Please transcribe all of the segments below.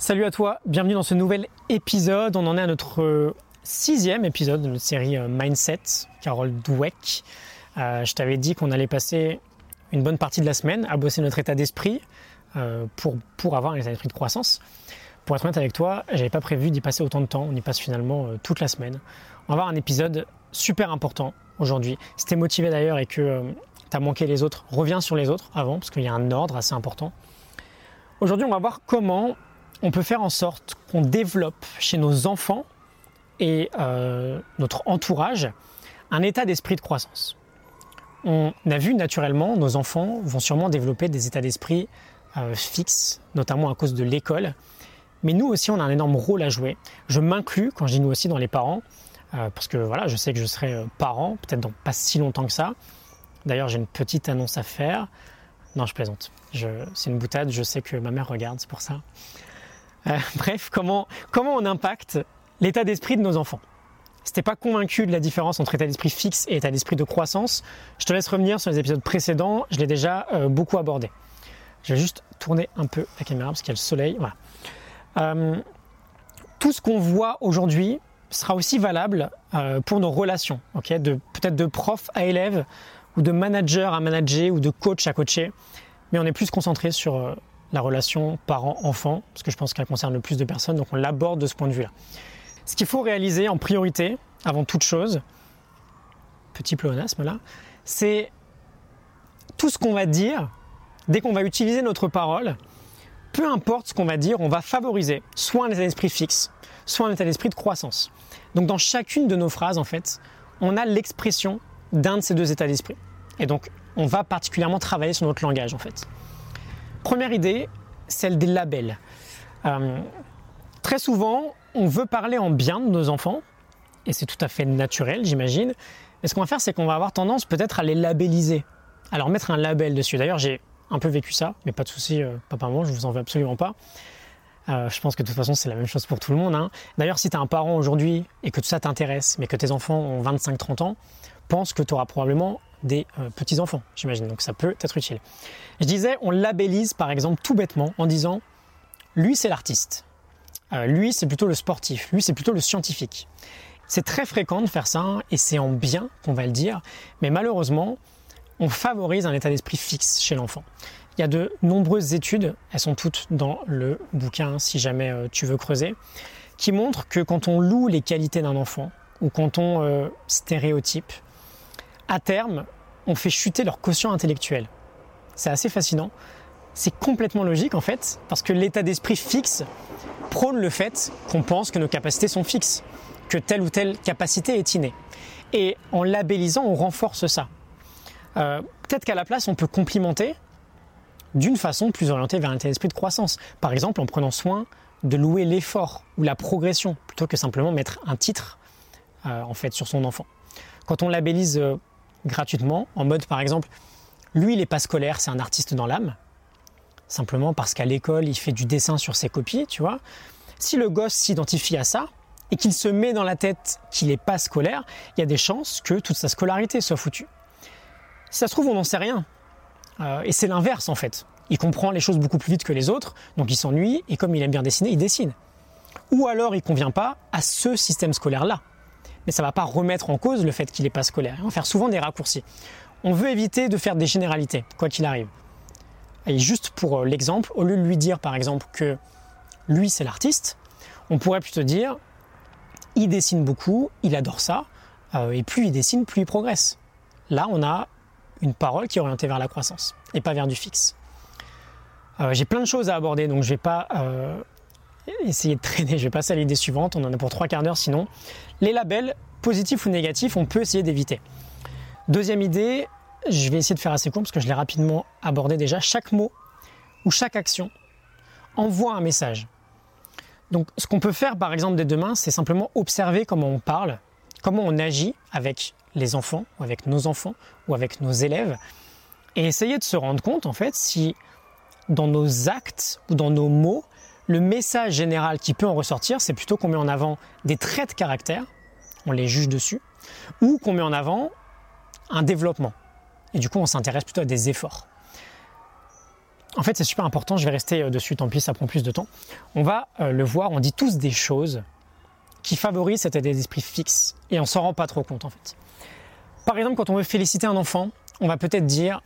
Salut à toi, bienvenue dans ce nouvel épisode. On en est à notre 6e épisode de notre série Mindset, Carol Dweck. Je t'avais dit qu'on allait passer une bonne partie de la semaine à bosser notre état d'esprit pour avoir un état d'esprit de croissance. Pour être honnête avec toi, je n'avais pas prévu d'y passer autant de temps. On y passe finalement toute la semaine. On va avoir un épisode super important aujourd'hui. Si tu es motivé d'ailleurs et que tu as manqué les autres, reviens sur les autres avant parce qu'il y a un ordre assez important. Aujourd'hui, on va voir comment on peut faire en sorte qu'on développe chez nos enfants et notre entourage un état d'esprit de croissance. On a vu naturellement, nos enfants vont sûrement développer des états d'esprit fixes, notamment à cause de l'école. Mais nous aussi, on a un énorme rôle à jouer. Je m'inclus, quand je dis nous aussi, dans les parents, parce que voilà, je sais que je serai parent, peut-être dans pas si longtemps que ça. D'ailleurs, j'ai une petite annonce à faire. Non, je plaisante. C'est une boutade, je sais que ma mère regarde, c'est pour ça. Bref, comment on impacte l'état d'esprit de nos enfants. Si t'es pas convaincu de la différence entre état d'esprit fixe et état d'esprit de croissance, je te laisse revenir sur les épisodes précédents, je l'ai déjà beaucoup abordé. Je vais juste tourner un peu la caméra parce qu'il y a le soleil. Voilà. Tout ce qu'on voit aujourd'hui sera aussi valable pour nos relations, okay, peut-être de prof à élève ou de manager à manager ou de coach à coacher, mais on est plus concentré sur la relation parent-enfant, parce que je pense qu'elle concerne le plus de personnes, donc on l'aborde de ce point de vue-là. Ce qu'il faut réaliser en priorité, avant toute chose, petit pléonasme là, c'est tout ce qu'on va dire, dès qu'on va utiliser notre parole, peu importe ce qu'on va dire, on va favoriser soit un état d'esprit fixe, soit un état d'esprit de croissance. Donc dans chacune de nos phrases, en fait, on a l'expression d'un de ces deux états d'esprit. Et donc, on va particulièrement travailler sur notre langage, en fait. Première idée, celle des labels. Très souvent, on veut parler en bien de nos enfants, et c'est tout à fait naturel, j'imagine. Mais ce qu'on va faire, c'est qu'on va avoir tendance peut-être à les labelliser, à leur mettre un label dessus. D'ailleurs, j'ai un peu vécu ça, mais pas de souci, papa-maman, je vous en veux absolument pas. Je pense que de toute façon, c'est la même chose pour tout le monde. Hein. D'ailleurs, si tu es un parent aujourd'hui et que tout ça t'intéresse, mais que tes enfants ont 25-30 ans, pense que tu auras probablement des petits-enfants, j'imagine. Donc ça peut être utile. Je disais, on labellise par exemple tout bêtement en disant « lui, c'est l'artiste ». Lui, c'est plutôt le sportif. Lui, c'est plutôt le scientifique. C'est très fréquent de faire ça et c'est en bien qu'on va le dire. Mais malheureusement, on favorise un état d'esprit fixe chez l'enfant. Il y a de nombreuses études, elles sont toutes dans le bouquin si jamais tu veux creuser, qui montrent que quand on loue les qualités d'un enfant ou quand on stéréotype, à terme, on fait chuter leur quotient intellectuel. C'est assez fascinant. C'est complètement logique en fait, parce que l'état d'esprit fixe prône le fait qu'on pense que nos capacités sont fixes, que telle ou telle capacité est innée. Et en labellisant, on renforce ça. Peut-être qu'à la place, on peut complimenter d'une façon plus orientée vers un état d'esprit de croissance. Par exemple, en prenant soin de louer l'effort ou la progression, plutôt que simplement mettre un titre en fait, sur son enfant. Quand on labellise gratuitement, en mode par exemple, lui il n'est pas scolaire, c'est un artiste dans l'âme, simplement parce qu'à l'école il fait du dessin sur ses copies, tu vois. Si le gosse s'identifie à ça et qu'il se met dans la tête qu'il n'est pas scolaire, il y a des chances que toute sa scolarité soit foutue. Si ça se trouve, on n'en sait rien. Et c'est l'inverse en fait. Il comprend les choses beaucoup plus vite que les autres, donc il s'ennuie et comme il aime bien dessiner, il dessine. Ou alors il ne convient pas à ce système scolaire-là. Mais ça ne va pas remettre en cause le fait qu'il n'est pas scolaire. On va faire souvent des raccourcis. On veut éviter de faire des généralités, quoi qu'il arrive. Et juste pour l'exemple, au lieu de lui dire par exemple que lui c'est l'artiste, on pourrait plutôt dire il dessine beaucoup, il adore ça, et plus il dessine, plus il progresse. Là, on a une parole qui est orientée vers la croissance et pas vers du fixe. J'ai plein de choses à aborder, donc je ne vais pas essayer de traîner, je vais passer à l'idée suivante, on en a pour 3 quarts d'heure sinon. Les labels, positifs ou négatifs, on peut essayer d'éviter. Deuxième idée, je vais essayer de faire assez court parce que je l'ai rapidement abordé déjà. Chaque mot ou chaque action envoie un message. Donc ce qu'on peut faire par exemple dès demain, c'est simplement observer comment on parle, comment on agit avec les enfants, ou avec nos enfants, ou avec nos élèves, et essayer de se rendre compte en fait si dans nos actes ou dans nos mots, le message général qui peut en ressortir, c'est plutôt qu'on met en avant des traits de caractère, on les juge dessus, ou qu'on met en avant un développement. Et du coup, on s'intéresse plutôt à des efforts. En fait, c'est super important, je vais rester dessus, tant pis, ça prend plus de temps. On va le voir, on dit tous des choses qui favorisent cet état d'esprit fixe et on s'en rend pas trop compte en fait. Par exemple, quand on veut féliciter un enfant, on va peut-être dire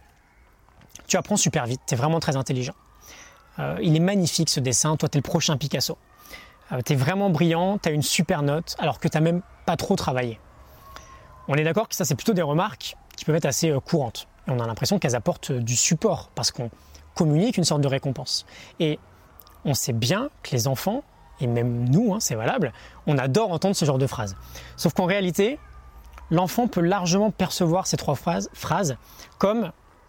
« Tu apprends super vite, tu es vraiment très intelligent. Il est magnifique ce dessin, toi tu es le prochain Picasso. Tu es vraiment brillant, tu as une super note alors que tu n'as même pas trop travaillé. » On est d'accord que ça c'est plutôt des remarques qui peuvent être assez courantes. Et on a l'impression qu'elles apportent du support parce qu'on communique une sorte de récompense. Et on sait bien que les enfants, et même nous, c'est valable, on adore entendre ce genre de phrases. Sauf qu'en réalité, l'enfant peut largement percevoir ces trois phrases comme,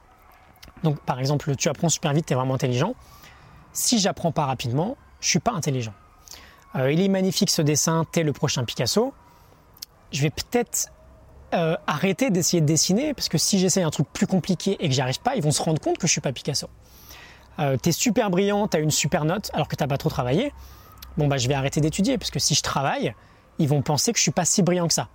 donc par exemple, tu apprends super vite, tu es vraiment intelligent. Si j'apprends pas rapidement, je suis pas intelligent. Il est magnifique ce dessin, tu es le prochain Picasso. Je vais peut-être arrêter d'essayer de dessiner parce que si j'essaye un truc plus compliqué et que j'y arrive pas, ils vont se rendre compte que je suis pas Picasso. Tu es super brillant, tu as une super note alors que tu n'as pas trop travaillé. Bon je vais arrêter d'étudier parce que si je travaille, ils vont penser que je suis pas si brillant que ça.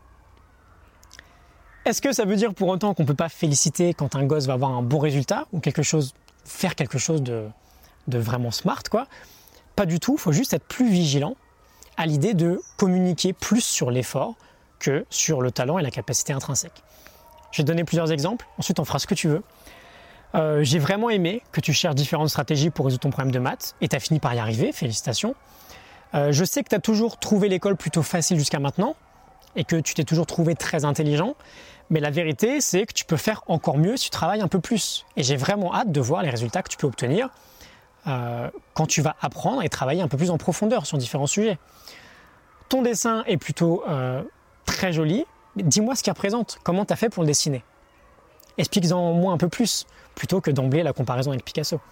Est-ce que ça veut dire pour autant qu'on peut pas féliciter quand un gosse va avoir un bon résultat ou faire quelque chose de vraiment smart quoi? Pas du tout, il faut juste être plus vigilant à l'idée de communiquer plus sur l'effort que sur le talent et la capacité intrinsèque. Je vais te donner plusieurs exemples, ensuite on fera ce que tu veux. J'ai vraiment aimé que tu cherches différentes stratégies pour résoudre ton problème de maths et tu as fini par y arriver, félicitations. Je sais que tu as toujours trouvé l'école plutôt facile jusqu'à maintenant et que tu t'es toujours trouvé très intelligent, mais la vérité c'est que tu peux faire encore mieux si tu travailles un peu plus. Et j'ai vraiment hâte de voir les résultats que tu peux obtenir quand tu vas apprendre et travailler un peu plus en profondeur sur différents sujets. Ton dessin est plutôt très joli, mais dis-moi ce qu'il représente, comment tu as fait pour le dessiner. Explique-en moi un peu plus, plutôt que d'emblée la comparaison avec Picasso.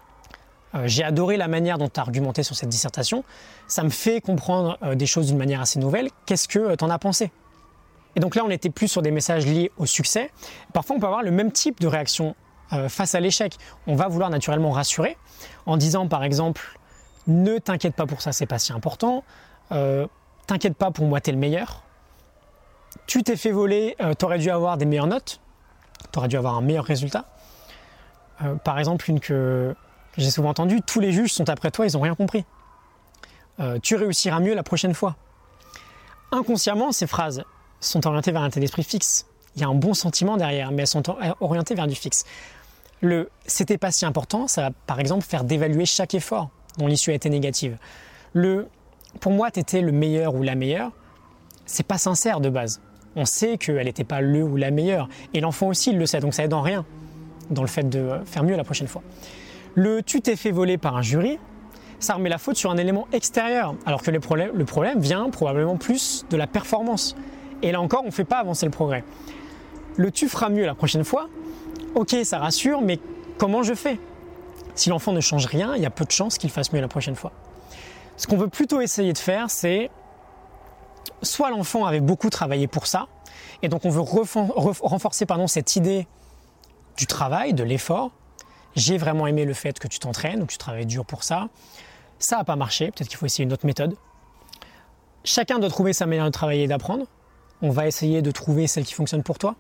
J'ai adoré la manière dont tu as argumenté sur cette dissertation, ça me fait comprendre des choses d'une manière assez nouvelle, qu'est-ce que tu en as pensé? Et donc là on était plus sur des messages liés au succès, parfois on peut avoir le même type de réaction face à l'échec. On va vouloir naturellement rassurer en disant par exemple « Ne t'inquiète pas pour ça, c'est pas si important, t'inquiète pas pour moi, t'es le meilleur, tu t'es fait voler, t'aurais dû avoir des meilleures notes, t'aurais dû avoir un meilleur résultat. » Par exemple, une que j'ai souvent entendue, tous les juges sont après toi, ils n'ont rien compris. Tu réussiras mieux la prochaine fois. Inconsciemment, ces phrases sont orientées vers un état d'esprit fixe. Il y a un bon sentiment derrière, mais elles sont orientées vers du fixe. Le « c'était pas si important », ça va par exemple faire dévaluer chaque effort dont l'issue a été négative. Le « pour moi, tu étais le meilleur ou la meilleure », c'est pas sincère de base. On sait qu'elle n'était pas le ou la meilleure. Et l'enfant aussi, il le sait, donc ça aide en rien dans le fait de faire mieux la prochaine fois. Le « tu t'es fait voler par un jury », ça remet la faute sur un élément extérieur, alors que le problème vient probablement plus de la performance. Et là encore, on ne fait pas avancer le progrès. Le « tu feras mieux la prochaine fois », ok, ça rassure, mais comment je fais? Si l'enfant ne change rien, il y a peu de chances qu'il fasse mieux la prochaine fois. Ce qu'on veut plutôt essayer de faire, c'est soit l'enfant avait beaucoup travaillé pour ça, et donc on veut renforcer cette idée du travail, de l'effort. J'ai vraiment aimé le fait que tu t'entraînes, ou que tu travailles dur pour ça. Ça n'a pas marché, peut-être qu'il faut essayer une autre méthode. Chacun doit trouver sa manière de travailler et d'apprendre. On va essayer de trouver celle qui fonctionne pour toi.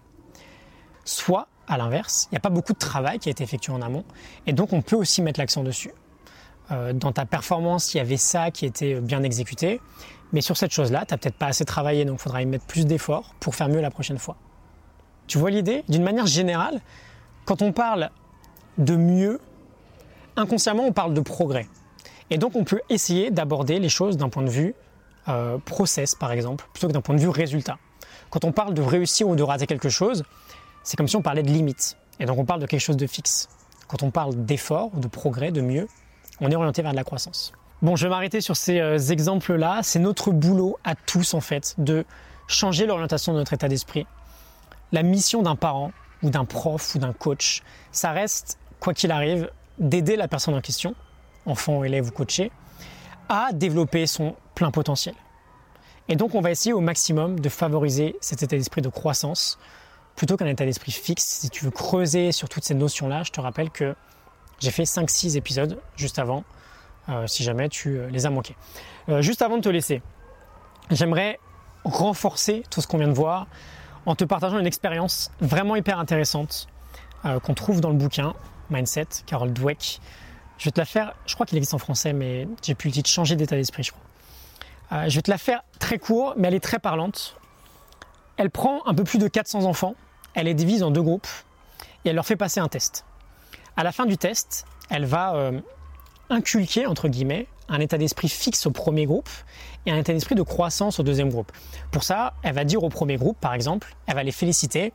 Soit, à l'inverse, il n'y a pas beaucoup de travail qui a été effectué en amont, et donc on peut aussi mettre l'accent dessus. Dans ta performance, il y avait ça qui était bien exécuté, mais sur cette chose-là, tu n'as peut-être pas assez travaillé, donc il faudra y mettre plus d'efforts pour faire mieux la prochaine fois. Tu vois l'idée? D'une manière générale, quand on parle de mieux, inconsciemment, on parle de progrès. Et donc, on peut essayer d'aborder les choses d'un point de vue process, par exemple, plutôt que d'un point de vue résultat. Quand on parle de réussir ou de rater quelque chose, c'est comme si on parlait de limite. Et donc, on parle de quelque chose de fixe. Quand on parle d'effort, ou de progrès, de mieux, on est orienté vers de la croissance. Bon, je vais m'arrêter sur ces exemples-là. C'est notre boulot à tous, en fait, de changer l'orientation de notre état d'esprit. La mission d'un parent, ou d'un prof, ou d'un coach, ça reste, quoi qu'il arrive, d'aider la personne en question, enfant, élève ou coaché, à développer son plein potentiel. Et donc, on va essayer au maximum de favoriser cet état d'esprit de croissance, plutôt qu'un état d'esprit fixe. Si tu veux creuser sur toutes ces notions-là, je te rappelle que j'ai fait 5-6 épisodes juste avant, si jamais tu les as manqués. Juste avant de te laisser, j'aimerais renforcer tout ce qu'on vient de voir en te partageant une expérience vraiment hyper intéressante qu'on trouve dans le bouquin Mindset, Carol Dweck. Je vais te la faire, je crois qu'il existe en français, mais j'ai plus le titre, changer d'état d'esprit, je crois. Je vais te la faire très court, mais elle est très parlante. Elle prend un peu plus de 400 enfants, elle les divise en 2 groupes et elle leur fait passer un test. À la fin du test, elle va inculquer, entre guillemets, un état d'esprit fixe au premier groupe et un état d'esprit de croissance au deuxième groupe. Pour ça, elle va dire au premier groupe, par exemple, elle va les féliciter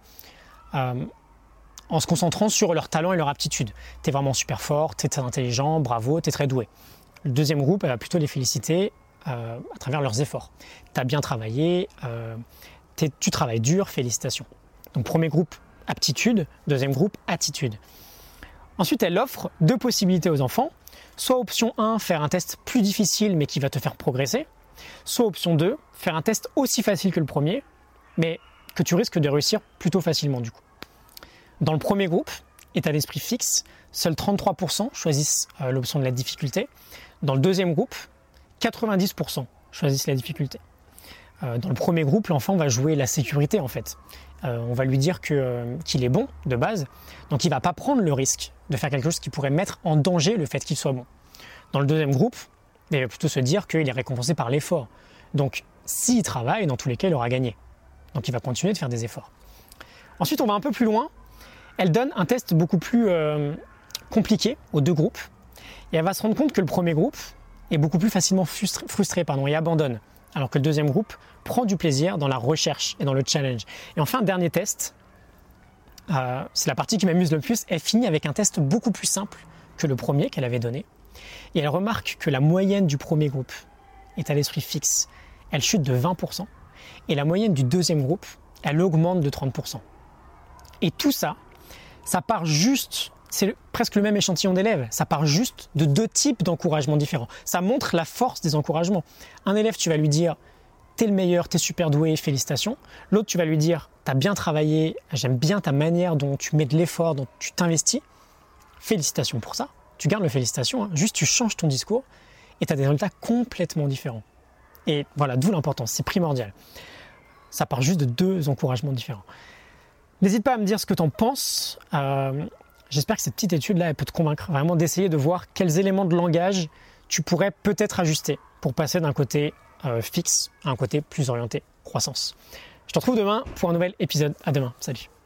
en se concentrant sur leurs talents et leurs aptitudes. Tu es vraiment super fort, tu es très intelligent, bravo, tu es très doué. Le deuxième groupe, elle va plutôt les féliciter à travers leurs efforts. Tu as bien travaillé, tu travailles dur, félicitations. Donc premier groupe, aptitude, deuxième groupe, attitude. Ensuite, elle offre 2 possibilités aux enfants. Soit option 1, faire un test plus difficile mais qui va te faire progresser. Soit option 2, faire un test aussi facile que le premier, mais que tu risques de réussir plutôt facilement du coup. Dans le premier groupe, état d'esprit fixe, seuls 33% choisissent l'option de la difficulté. Dans le deuxième groupe, 90% choisissent la difficulté. Dans le premier groupe, l'enfant va jouer la sécurité en fait. On va lui dire qu'il est bon de base, donc il ne va pas prendre le risque de faire quelque chose qui pourrait mettre en danger le fait qu'il soit bon. Dans le deuxième groupe, il va plutôt se dire qu'il est récompensé par l'effort. Donc s'il travaille, dans tous les cas, il aura gagné. Donc il va continuer de faire des efforts. Ensuite, on va un peu plus loin. Elle donne un test beaucoup plus compliqué aux 2 groupes. Et elle va se rendre compte que le premier groupe est beaucoup plus facilement frustré et abandonne. Alors que le deuxième groupe prend du plaisir dans la recherche et dans le challenge. Et enfin, dernier test, c'est la partie qui m'amuse le plus, elle finit avec un test beaucoup plus simple que le premier qu'elle avait donné. Et elle remarque que la moyenne du premier groupe, état d'esprit fixe, elle chute de 20%. Et la moyenne du deuxième groupe, elle augmente de 30%. Et tout ça, ça part juste, c'est presque le même échantillon d'élèves, ça part juste de 2 types d'encouragements différents. Ça montre la force des encouragements. Un élève, tu vas lui dire « t'es le meilleur, t'es super doué, félicitations ». L'autre, tu vas lui dire « t'as bien travaillé, j'aime bien ta manière dont tu mets de l'effort, dont tu t'investis, félicitations pour ça ». Tu gardes le félicitations, juste tu changes ton discours et tu as des résultats complètement différents. Et voilà, d'où l'importance, c'est primordial. Ça part juste de 2 encouragements différents. N'hésite pas à me dire ce que tu en penses. J'espère que cette petite étude-là, elle peut te convaincre vraiment d'essayer de voir quels éléments de langage tu pourrais peut-être ajuster pour passer d'un côté fixe à un côté plus orienté croissance. Je te retrouve demain pour un nouvel épisode. À demain. Salut.